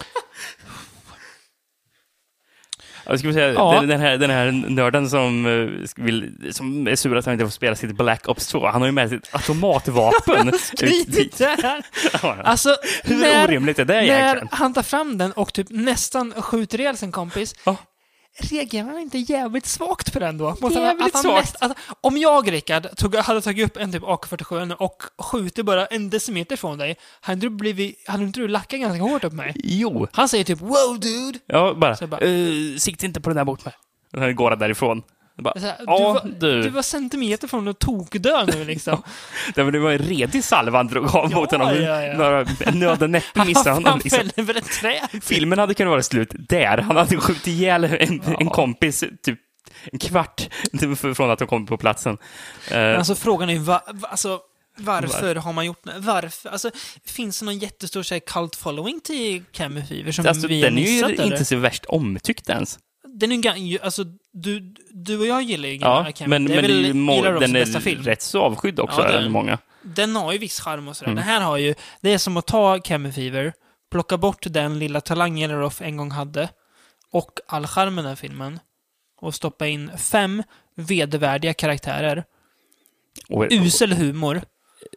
Jag skulle säga, den här nörden som är sur att han inte får spela sitt Black Ops 2. Han har ju med sitt automatvapen. Skrivit där. Alltså, hur orimligt är det egentligen? När han tar fram den och typ nästan skjuter ihjäl sin kompis, reagerar man inte jävligt svagt på den då? Om jag, Rickard, hade tagit upp en typ AK-47 och skjuter bara en decimeter från dig, hade inte du lackat ganska hårt upp mig? Jo. Han säger typ, wow dude! Ja, bara sikt inte på den där bort med. Han går därifrån. Du var centimeter från att tokdö nu liksom. Det var en redig salva han drog av mot honom. Några nöden näppe missade honom. Liksom. Filmen hade kunnat vara slut där. Han hade skjutit ihjäl en kompis typ en kvart från att de kom på platsen. Alltså frågan är varför har man gjort det? Varför? Alltså, finns det någon jättestor cult following till Cabin Fever som vi har missat? Den är ju inte så värst omtyckt ens. Den är alltså du och jag gillar ju men den är film. Rätt så avskydd också många. Den har ju viss charm och sådär. Den här har ju, det är som att ta Cabin Fever, plocka bort den lilla talang Lindelof en gång hade och all charm i den filmen och stoppa in 5 vedervärdiga karaktärer. Usel humor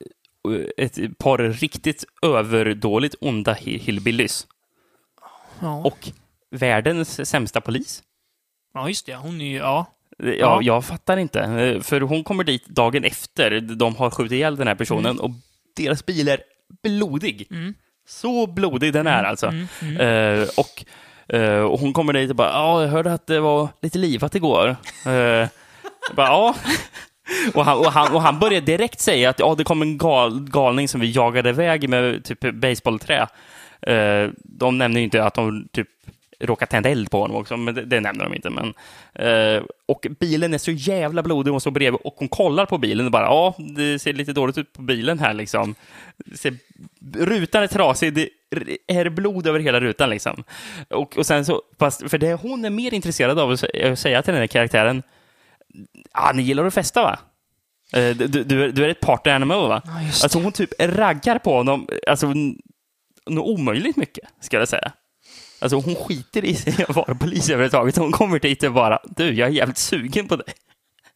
ett par riktigt överdåligt onda hillbillies. Ja. Och världens sämsta polis. Ja, just det. Hon är ju, Ja, jag fattar inte. För hon kommer dit dagen efter. De har skjutit ihjäl den här personen och deras bil är blodig. Så blodig den är alltså. Och hon kommer dit och bara, jag hörde att det var lite livat igår. Bara, och han började direkt säga att det kom en galning som vi jagade iväg med typ baseballträ. De nämner ju inte att de typ råkar tända eld på honom också, men det nämner de inte. Men, och bilen är så jävla blodig och så bredvid, och hon kollar på bilen och bara, det ser lite dåligt ut på bilen här liksom. Rutan är trasig, det är blod över hela rutan liksom. Och sen så, för det hon är mer intresserad av att säga till den här karaktären, ni gillar att festa va? Du är ett party animal va? Ja, just alltså hon typ raggar på honom, alltså något omöjligt mycket, ska jag säga. Alltså hon skiter i sig att vara polis överhuvudtaget. Hon kommer dit och bara, jag är jävligt sugen på dig.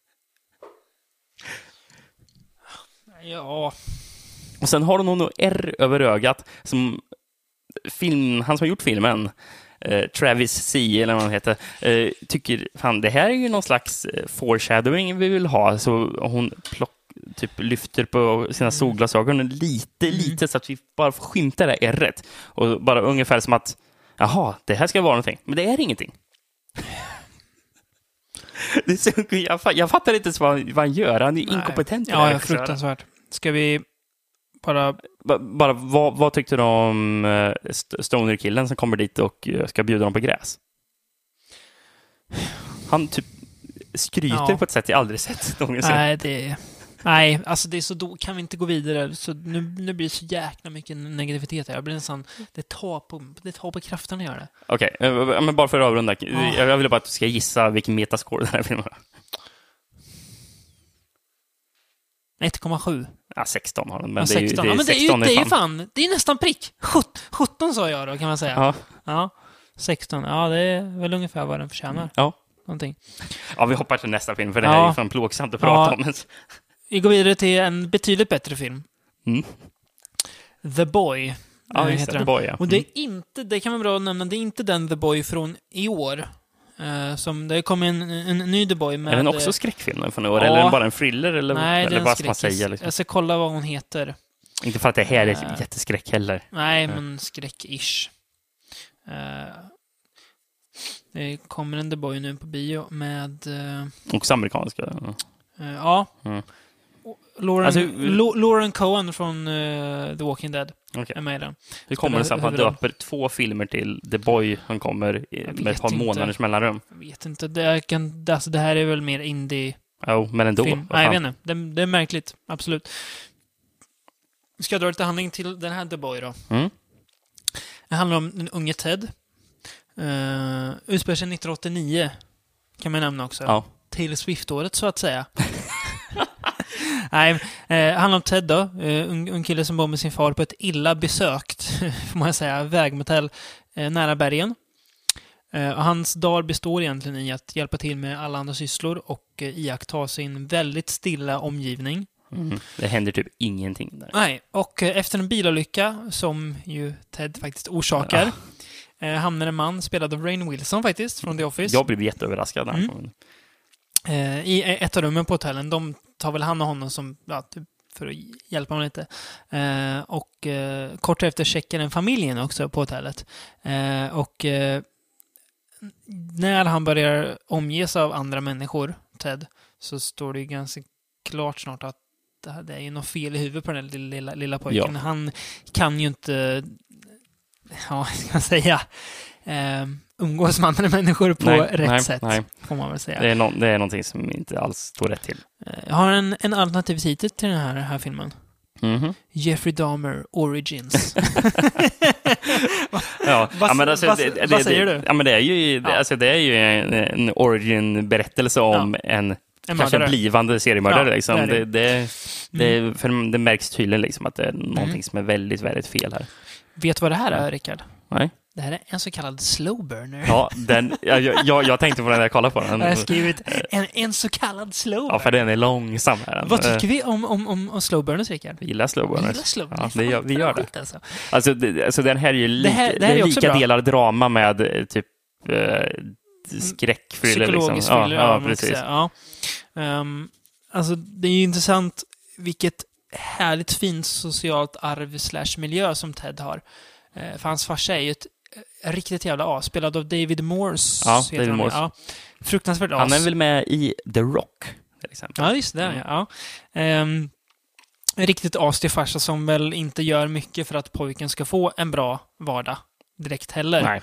Ja. Och sen har hon något R över ögat som han som har gjort filmen, Travis C eller vad han heter, tycker, fan det här är ju någon slags foreshadowing vi vill ha. Så hon typ lyfter på sina solglasögon lite så att vi bara får skymta det här R-et. Och bara ungefär som att jaha, det här ska vara någonting. Men det är ingenting. Det är så, jag fattar inte vad han gör. Han är inkompetent. Ja, fruktansvärt. Ska vi bara vad tyckte du om Stoner-killen som kommer dit och ska bjuda dem på gräs? Han typ skryter på ett sätt jag aldrig sett någonsin. Nej, alltså det är så kan vi inte gå vidare. Så nu blir det så jäkla mycket negativitet här. Jag blir nästan, det tar på kraften att göra det. Okej, men bara för att avrunda. Jag vill bara att du ska gissa vilken metascore den här filmen har. 1,7. Ja, 16 har den. Men 16. Det är, men det 16 är ju fan. Det är nästan prick. 17 sa jag då, kan man säga. Ja. 16. Ja, det är väl ungefär vad den förtjänar. Ja. Någonting. Ja, vi hoppar till nästa film, för det här är fan plågsamt att prata om. Vi går vidare till en betydligt bättre film. The Boy. Ja, just det. The Boy, ja. Och det är inte, det kan man bra nämna, det är inte den The Boy från i år. Som det kom en ny The Boy med... Är den också skräckfilm från i år? Eller är den bara en thriller? Eller, nej, eller det är bara en ska man säga, liksom? Jag ska kolla vad hon heter. Inte för att det här är jätteskräck heller. Nej, men skräck-ish. Det kommer en The Boy nu på bio med... Också amerikanska. Ja. Lauren Cohen från The Walking Dead är med i den. Hur kommer det sig att man döper 2 filmer till The Boy? Han kommer med ett par månaders mellanrum. Jag vet inte. Det här är väl mer indie. Men ändå. Nej, jag vet inte. Det är märkligt. Absolut. Ska jag dra lite handling till den här The Boy då? Det handlar om den unge Ted. Utspelar sig 1989. Kan man nämna också. Ja. Till Swift-året så att säga. Nej, handlar om Ted då. Ung kille som bor med sin far på ett illa besökt, får man säga, vägmotell nära bergen. Och hans dag består egentligen i att hjälpa till med alla andra sysslor och iaktta sin väldigt stilla omgivning. Det händer typ ingenting där. Nej, och efter en bilolycka som ju Ted faktiskt orsakar hamnar en man spelad av Rainn Wilson faktiskt från The Office. Jag blev jätteöverraskad när i ett av rummen på hotellen. De tar väl hand om honom som, typ för att hjälpa honom lite. Och kort efter checkar en familjen också på hotellet. Och när han börjar omges av andra människor, Ted, så står det ju ganska klart snart att det är ju något fel i huvudet på den lilla pojken. Ja. Han kan ju inte, ska jag säga, umgås med andra människor på rätt sätt, får man väl säga. Det är någonting som inte alls står rätt till. Jag har en alternativ titel till den här filmen. Jeffrey Dahmer Origins. Vad säger du? Ja, men det är ju en origin-berättelse om en kanske en blivande seriemördare. Liksom. För det märks tydligt liksom, att det är någonting som är väldigt, väldigt fel här. Vet vad det här är, Rickard? Nej. Det här är en så kallad slow burner. Ja, jag tänkte på den när jag kollade på den. Jag har skrivit en så kallad slow burner. Ja, för den är långsam här. Vad tycker vi om slow burners, Rickard? Vi gillar slow burners. Vi gillar slow burners. Ja, vi gör det. Alltså. Alltså den här är ju Det här är också lika bra. delar drama med typ skräckfyller. Psykologisk liksom. thriller, Ja, man kan precis. säga. Ja. Alltså, det är ju intressant vilket härligt fint socialt arv / miljö som Ted har. För hans farsa är ju ett riktigt jävla as, spelad av David Morse. Ja, heter David han. Morse. Ja, fruktansvärt as. Han är väl med i The Rock, till exempel. Ja, just det. Ja. Riktigt as till farsa som väl inte gör mycket för att pojken ska få en bra vardag direkt heller. Nej.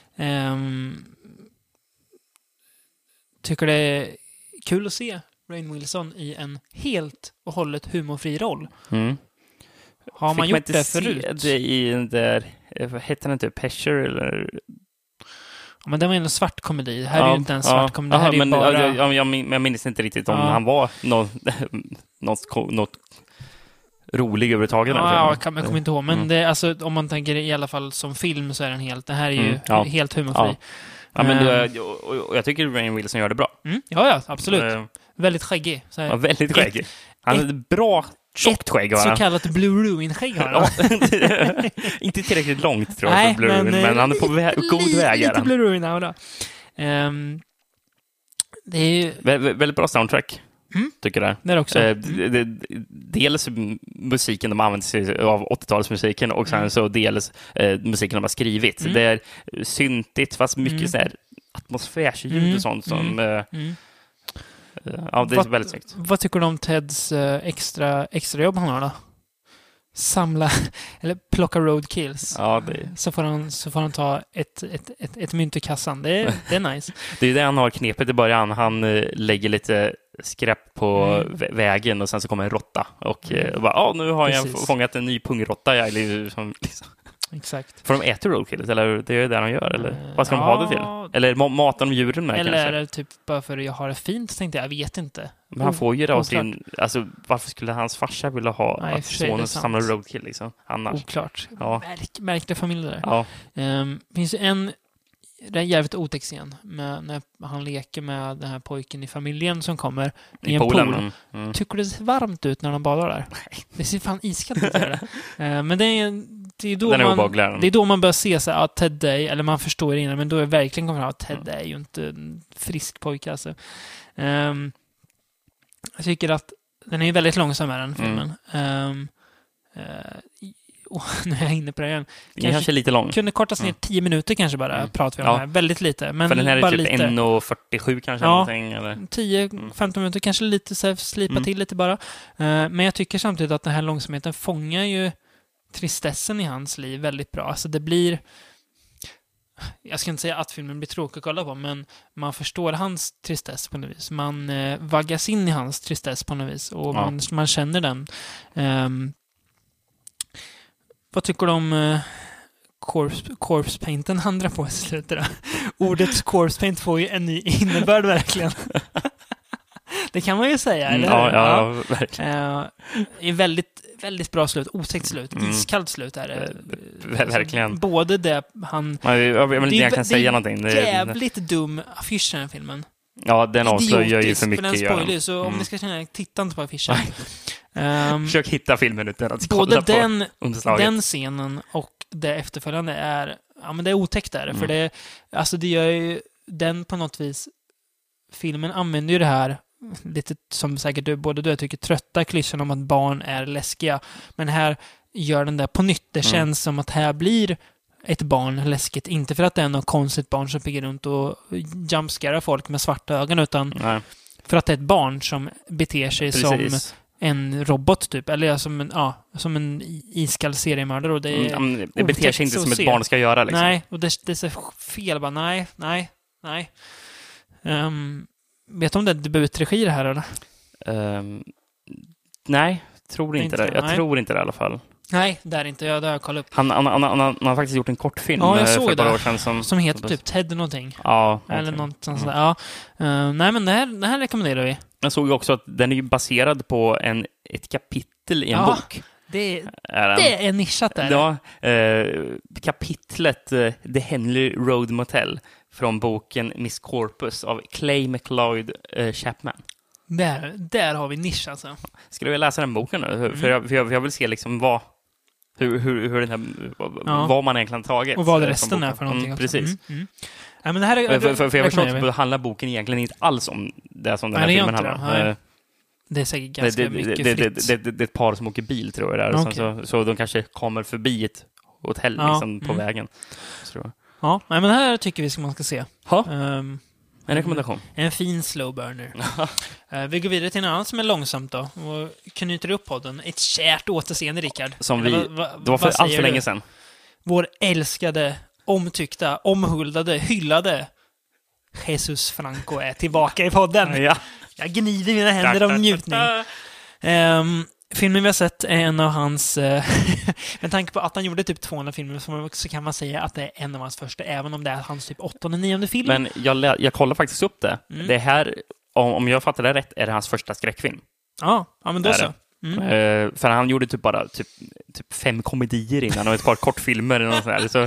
Tycker det är kul att se Rainn Wilson i en helt och hållet humorfri roll. Mm. Har man Fick gjort inte det se förut? det i den där, vad heter den typ, Pesher eller? Ja, men det var ju en svart komedi. Det här är ju inte en svart komedi. Det här är ju men bara... jag minns inte riktigt om han var något rolig överhuvudtaget. Jag kommer inte ihåg. Men det, alltså, om man tänker i alla fall som film så är den helt... Det här är ju helt humorfri. Ja, men jag tycker Rainn Wilson gör det bra. Ja, absolut. Väldigt skäggig. Så här. Ja, väldigt skäggig. Han har ett bra tjockt skägg. Så kallat Blue Ruin-skägg har han. Inte tillräckligt långt tror jag för Blue Ruin, men han är på god väg. Lite Blue Ruin, ja då. Det är ju... Väldigt bra soundtrack. Tycker jag. Det är också. Dels musiken de använder sig av 80-talsmusiken och sen så dels musiken de har skrivit. Det är syntigt fast mycket så här atmosfärsljud och sånt som ja, det är väldigt snyggt. Vad tycker du om Teds extra jobb han har då? Samla eller plocka roadkills. Ja, så får han ta ett mynt i kassan. Det är nice. Det är det han har knepet i början. Han lägger lite skräp på vägen och sen så kommer en råtta och bara, nu har jag fångat en ny pungrotta. Jag liksom. Exakt. Får de äta roadkillet eller det är det de gör eller vad ska de ha det till? Eller matar de djuren med eller kanske? Eller är det typ bara för att jag har det fint tänkte jag vet inte. Men han får ju det av sin, alltså varför skulle hans farsa vilja ha att sonen samlar roadkill liksom annars? Oklart. Ja. Märkliga familjer där. Ja. Finns en det är jävligt otäck scen när han leker med den här pojken i familjen som kommer i en pool. Tycker det ser varmt ut när de badar där? Nej. Det ser fan iskallt ut där. Men det är då man börjar se så att Ted Day, eller man förstår det innan, men då är verkligen kommer att Ted Day är ju inte en frisk pojke alltså. Jag tycker att den är väldigt långsam här den filmen. Nu är jag inne på det igen. Kanske lite lång. Kunde kortas ner 10 minuter kanske bara pratar vi om det här. Väldigt lite. Men för den här är bara typ lite. 1:47 kanske. Någonting, eller? 10-15 minuter kanske lite så här, slipa till lite bara. Men jag tycker samtidigt att den här långsamheten fångar ju tristessen i hans liv väldigt bra. Alltså det blir... Jag ska inte säga att filmen blir tråkig att kolla på, men man förstår hans tristess på något vis. Man vaggas in i hans tristess på något vis. Och man känner den. Vad tycker du om corpse painten han drar på i slutet då? Ordet corpse paint får ju en ny innebörd verkligen. Det kan man ju säga, eller? Ja, verkligen. Är väldigt bra slut, otäckt slut, iskallt slut är det. Verkligen. Både det han... Jag kan säga någonting. Det är jävligt dum affisch i den filmen. Ja, den också gör ju för mycket. Den spoiler, så om ni ska känna, titta inte på affischen. Försök hitta filmen utan att både kolla på den scenen och det efterföljande är... Ja, men det är otäckt där. För det gör ju... Den på något vis... Filmen använder ju det här lite som säkert både du tycker trötta klyschan om att barn är läskiga. Men här gör den där på nytt. Det känns som att här blir ett barn läskigt. Inte för att det är något konstigt barn som piggar runt och jumpscarar folk med svarta ögon, utan för att det är ett barn som beter sig som en robot typ. Eller som en iskall seriemördare. Och det beter sig inte som ett barn ska göra. Liksom. Nej, och det är så fel. Bara, nej. Vet du om det är debutregi det här eller? Nej, tror inte det. Jag tror inte det i alla fall. Nej, det är inte. Det har jag kollat upp. Han har faktiskt gjort en kortfilm för ett par år sedan som heter typ Ted någonting. Ja. Eller något sånt där. Ja. Nej, men det här rekommenderar vi. Jag såg också att den är baserad på ett kapitel i en bok. Det är den. är nischat där. Ja, kapitlet The Henley Road Motel från boken Miss Corpus av Clay McLeod Chapman. Där har vi nisch alltså. Skulle jag läsa den boken nu? För jag vill se liksom hur den här, vad man egentligen tagit. Och vad resten är för någonting också. Precis. Ja, men det här är, för jag förstår att handlar boken egentligen inte alls om det som den här filmen handlar om. Det är säkert ganska mycket fritt. Det är ett par som åker bil, tror jag. Där. Okay. Så de kanske kommer förbi ett hotell liksom, på vägen. Så. Ja, men det här tycker vi man ska se. En rekommendation. En fin slow burner. Vi går vidare till en annan som är långsamt då. Och knyter upp podden. Ett kärt återseende, Rickard. Som det var för allt för länge sedan. Vår älskade, omtyckta, omhuldade, hyllade Jesus Franco är tillbaka i podden. Ja. Jag gnider mina händer av njutning. Filmen vi har sett är en av hans... med tanke på att han gjorde typ 200 filmer så kan man säga att det är en av hans första, även om det är hans typ 8:e, 9:e film. Men jag kollar faktiskt upp det. Det här, om jag fattar det rätt, är det hans första skräckfilm. Ja, men då så. För han gjorde typ bara typ 5 komedier innan och ett par kortfilmer eller något sånt där.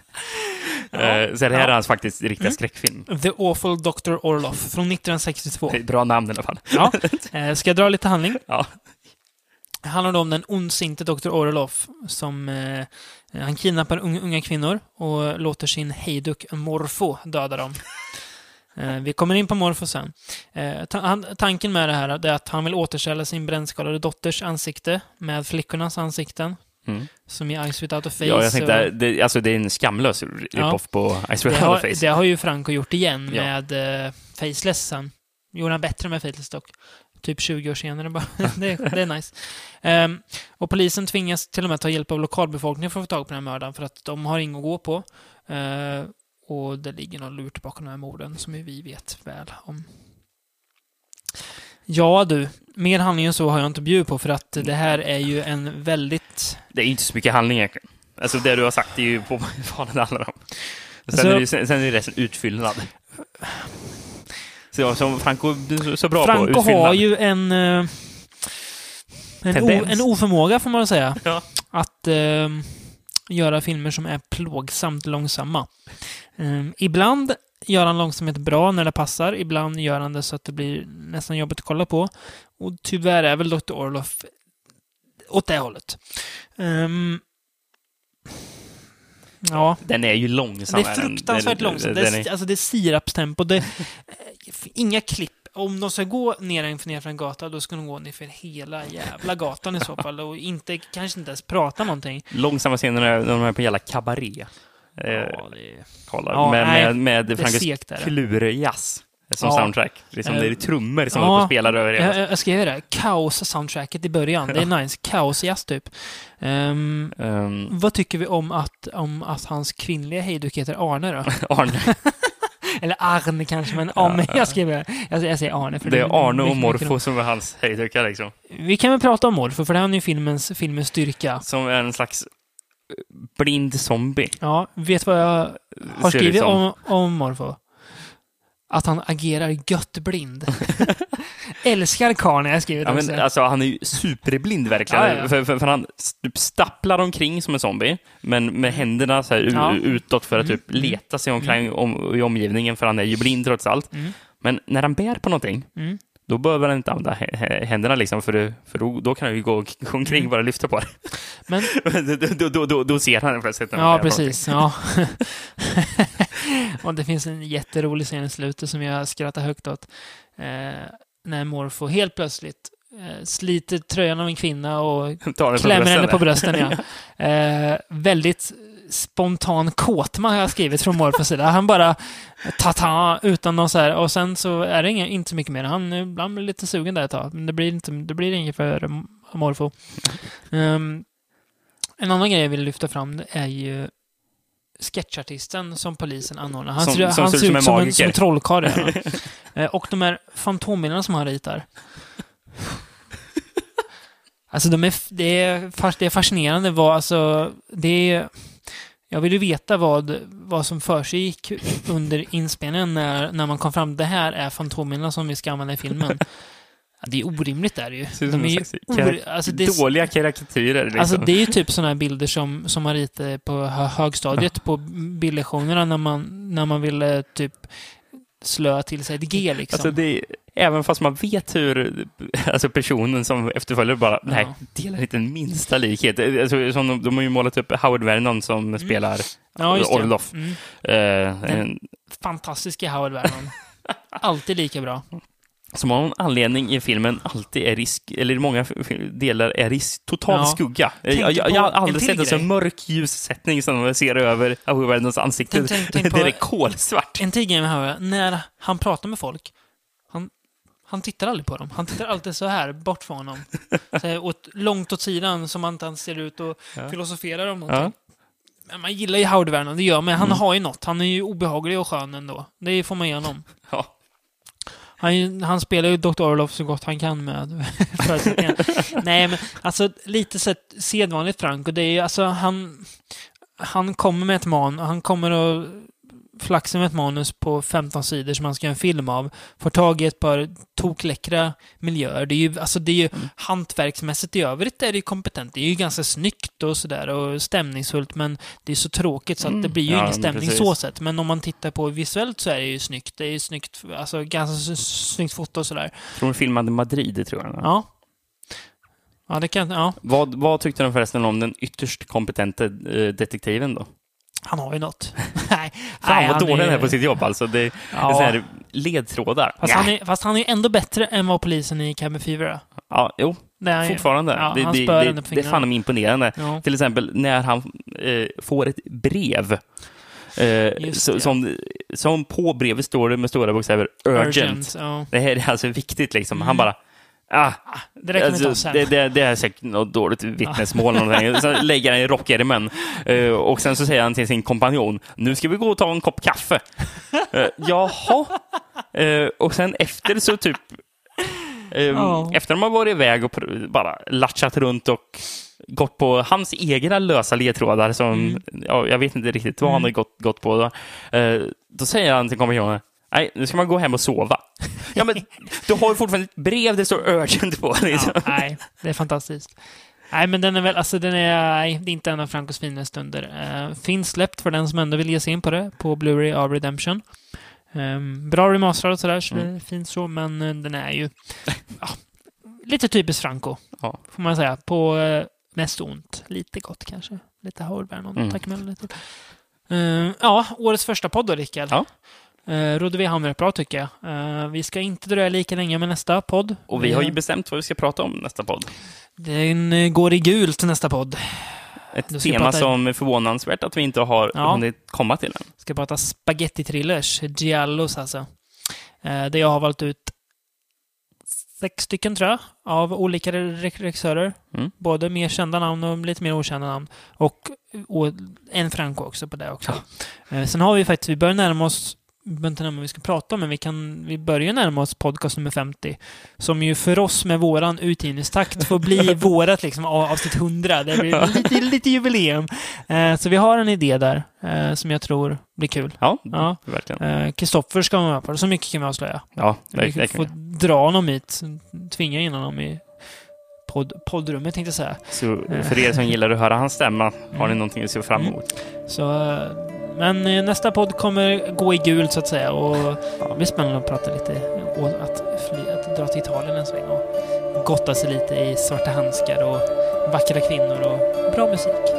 Så det här är hans faktiskt riktiga skräckfilm. The Awful Dr. Orloff från 1962. Bra namn i alla fall. Ja. Ska jag dra lite handling? Ja. Det handlar om den ondsinte Dr. Orloff som han kidnappar unga kvinnor och låter sin hejduk Morfo döda dem. Vi kommer in på Morfo sen. Tanken med det här är att han vill återställa sin brännskadade dotters ansikte med flickornas ansikten. Som i Eyes Without a Face. Ja, jag tänkte, det är en skamlös rip-off på Eyes Without a Face. Det har ju Franco gjort igen med Faceless sen. Gjorde han bättre med Faceless dock. Typ 20 år senare bara. det är nice. Och polisen tvingas till och med ta hjälp av lokalbefolkningen för att få tag på den här mördaren, för att de har inget att gå på. Och det ligger någon lurt bakom de här morden som vi vet väl om. Ja du, mer handling så har jag inte bjud på, för att det här är ju en väldigt... Det är inte så mycket handling egentligen. Alltså det du har sagt är ju på vad det handlar om. Sen är det resten utfyllnad. Som Franco är så bra Franco på utfyllnad. har ju en oförmåga, får man säga. Ja. Att göra filmer som är plågsamt långsamma. Ibland gör han långsamhet bra när det passar. Ibland gör han det så att det blir nästan jobbigt att kolla på. Och tyvärr är väl Dr. Orloff åt det hållet. Ja. Den är ju långsam. Det är fruktansvärt långsamt. Det är sirapstempo. Inga klipp. Om de ska gå ner för en gata, då ska de gå ner för hela jävla gatan i så fall. Och kanske inte ens prata någonting. Långsamma scener när de är på jävla kabaré. Kolla. Ja, med Francos klurjazz som soundtrack. Liksom det är trummor som håller på och spelar över det. Jag ska göra det. Kaos-soundtracket i början. Det är nice. Kaosjazz typ. Vad tycker vi om att hans kvinnliga hejduk heter Arne då? Arne. Eller Arne kanske, men jag säger Arne. För det är Arne och Morfo som är hans hejdukar liksom. Vi kan väl prata om Morfo, för det här är ju filmens styrka. Som är en slags blind zombie. Ja, vet vad jag har skrivit om Morfo? Att han agerar gött blind. Älskar karln, jag har skrivit också. Men, alltså, han är ju superblind verkligen. Ja. För han stapplar omkring som en zombie, men med händerna så här utåt för att typ leta sig omkring i omgivningen, för han är ju blind trots allt. Men när han bär på någonting, då behöver han inte använda händerna liksom, för då kan han ju gå omkring och bara lyfta på det. Men då ser han plötsligt. Ja, precis. Ja. Och det finns en jätterolig scen i slutet som jag skrattar högt åt. När Morfo helt plötsligt sliter tröjan av en kvinna och klämmer henne på brösten. Väldigt spontan kåtma har jag skrivit från Morfos sida. Han bara ta utan någon så här, och sen så är det inte så mycket mer. Han ibland blir lite sugen där ett tag, men det blir inget för Morfo. En annan grej jag vill lyfta fram är ju sketchartisten som polisen anordnar. Han ser ut som en trollkarl. Och de här fantombilderna som han ritar. Alltså det är fascinerande jag vill ju veta vad som försiggick under inspelningen när man kom fram. Det här är fantombilderna som vi ska använda i filmen. Det är orimligt där ju. Ser ut De som är ju en slags dåliga karikatyrer. Liksom. Alltså det är ju typ sådana här bilder som man ritar på högstadiet på bildlektionerna när man vill typ slöa till sig ett G liksom. Alltså det är, även fast man vet hur alltså personen som efterföljer bara nej, delar inte en minsta likhet. Alltså, som de har ju målat upp Howard Vernon som spelar Orloff. Den fantastiska Howard Vernon. Alltid lika bra. Som av någon anledning i filmen alltid är risk, eller i många delar är risk total skugga. Jag har aldrig sett en så mörk ljussättning som man ser över Howard Vernons ansikte. Tänk det är kolsvart. En till grej med Howard, när han pratar med folk, han tittar aldrig på dem. Han tittar alltid så här bort från dem. Så långt åt sidan som man inte ser ut och filosoferar om någonting. Men man gillar ju Howard Vernon, det gör man. Han har ju något. Han är ju obehaglig och skön ändå. Det får man igenom. Ja. Han spelar ju Dr. Orloff så gott han kan med Nej, men alltså lite så sedvanligt Frank, och det är ju alltså han kommer med ett han kommer att flaxa med ett manus på 15 sidor som man ska göra en film av. Får tag i ett par tokläckra miljöer. Det är ju hantverksmässigt i övrigt är det ju kompetent. Det är ju ganska snyggt och sådär och stämningsfullt, men det är så tråkigt så att det blir ju ingen stämning så sett. Men om man tittar på visuellt så är det ju snyggt. Det är ju snyggt, alltså ganska snyggt foto och sådär. Jag tror de filmade Madrid, det tror jag. Ja. Ja, det kan, ja. Vad tyckte de förresten om den ytterst kompetente detektiven då? Han har ju något. Nej, vad dålig han är på sitt jobb alltså. Det är så här ledtrådar. Fast han är ju ändå bättre än vad polisen i Cabin Fever är. Ja, jo. Fortfarande. Ja, det är fan imponerande. Ja. Till exempel när han får ett brev. Som på brevet står det med stora bokstäver urgent. Det här är alltså viktigt liksom. Han bara det räcker med alltså, det är säkert något dåligt vittnesmål. Så lägger han i rockärmen och sen så säger han till sin kompanjon: nu ska vi gå och ta en kopp kaffe. Jaha. Och sen efter så typ efter de har varit iväg och bara latchat runt och gått på hans egna lösa ledtrådar som jag vet inte riktigt vad han har gått på då säger han till kompanjonen: nej, nu ska man gå hem och sova. Ja, men du har ju fortfarande ett brev det står urgent på. Liksom. Ja, nej, det är fantastiskt. Nej, men den är väl, alltså det är inte en av Francos finaste stunder. Finns släppt för den som ändå vill ge sig in på det på Blu-ray av Redemption. Bra remaster och sådär, så det är fint så, men den är ju lite typiskt Franco, får man säga. På mest ont, lite gott kanske. Lite Howard Vernon, tack med lite. Årets första podd då, Rickard. Ja. Rodde vi hamnar bra tycker jag. Vi ska inte dröja lika länge med nästa podd. Och vi har ju bestämt vad vi ska prata om nästa podd. Den går i gult nästa podd. Ett tema som är förvånansvärt att vi inte har hunnit komma till än. Ska prata spaghetti-thrillers, giallos alltså. Där jag har valt ut 6 stycken tror jag, av olika regissörer. Både mer kända namn och lite mer okända namn. Och en Franco också på det också. Sen har vi faktiskt, vi börjar närma oss, inte närmare vi ska prata om, men vi börjar närma oss podcast nummer 50, som ju för oss med våran utgivningstakt får bli vårat liksom avsnitt 100. Det blir lite jubileum. Så vi har en idé där som jag tror blir kul. Ja. Verkligen. Kristoffer ska vara med på det. Så mycket kan vi avslöja. Ja, vi får dra honom hit, tvinga in honom i poddrummet tänkte jag säga. Så för er som gillar att höra hans stämma har ni någonting att se fram emot. Så men nästa podd kommer gå i gult så att säga, och det blir spännande att prata lite och att dra till Italien en sväng och gotta sig lite i svarta handskar och vackra kvinnor och bra musik.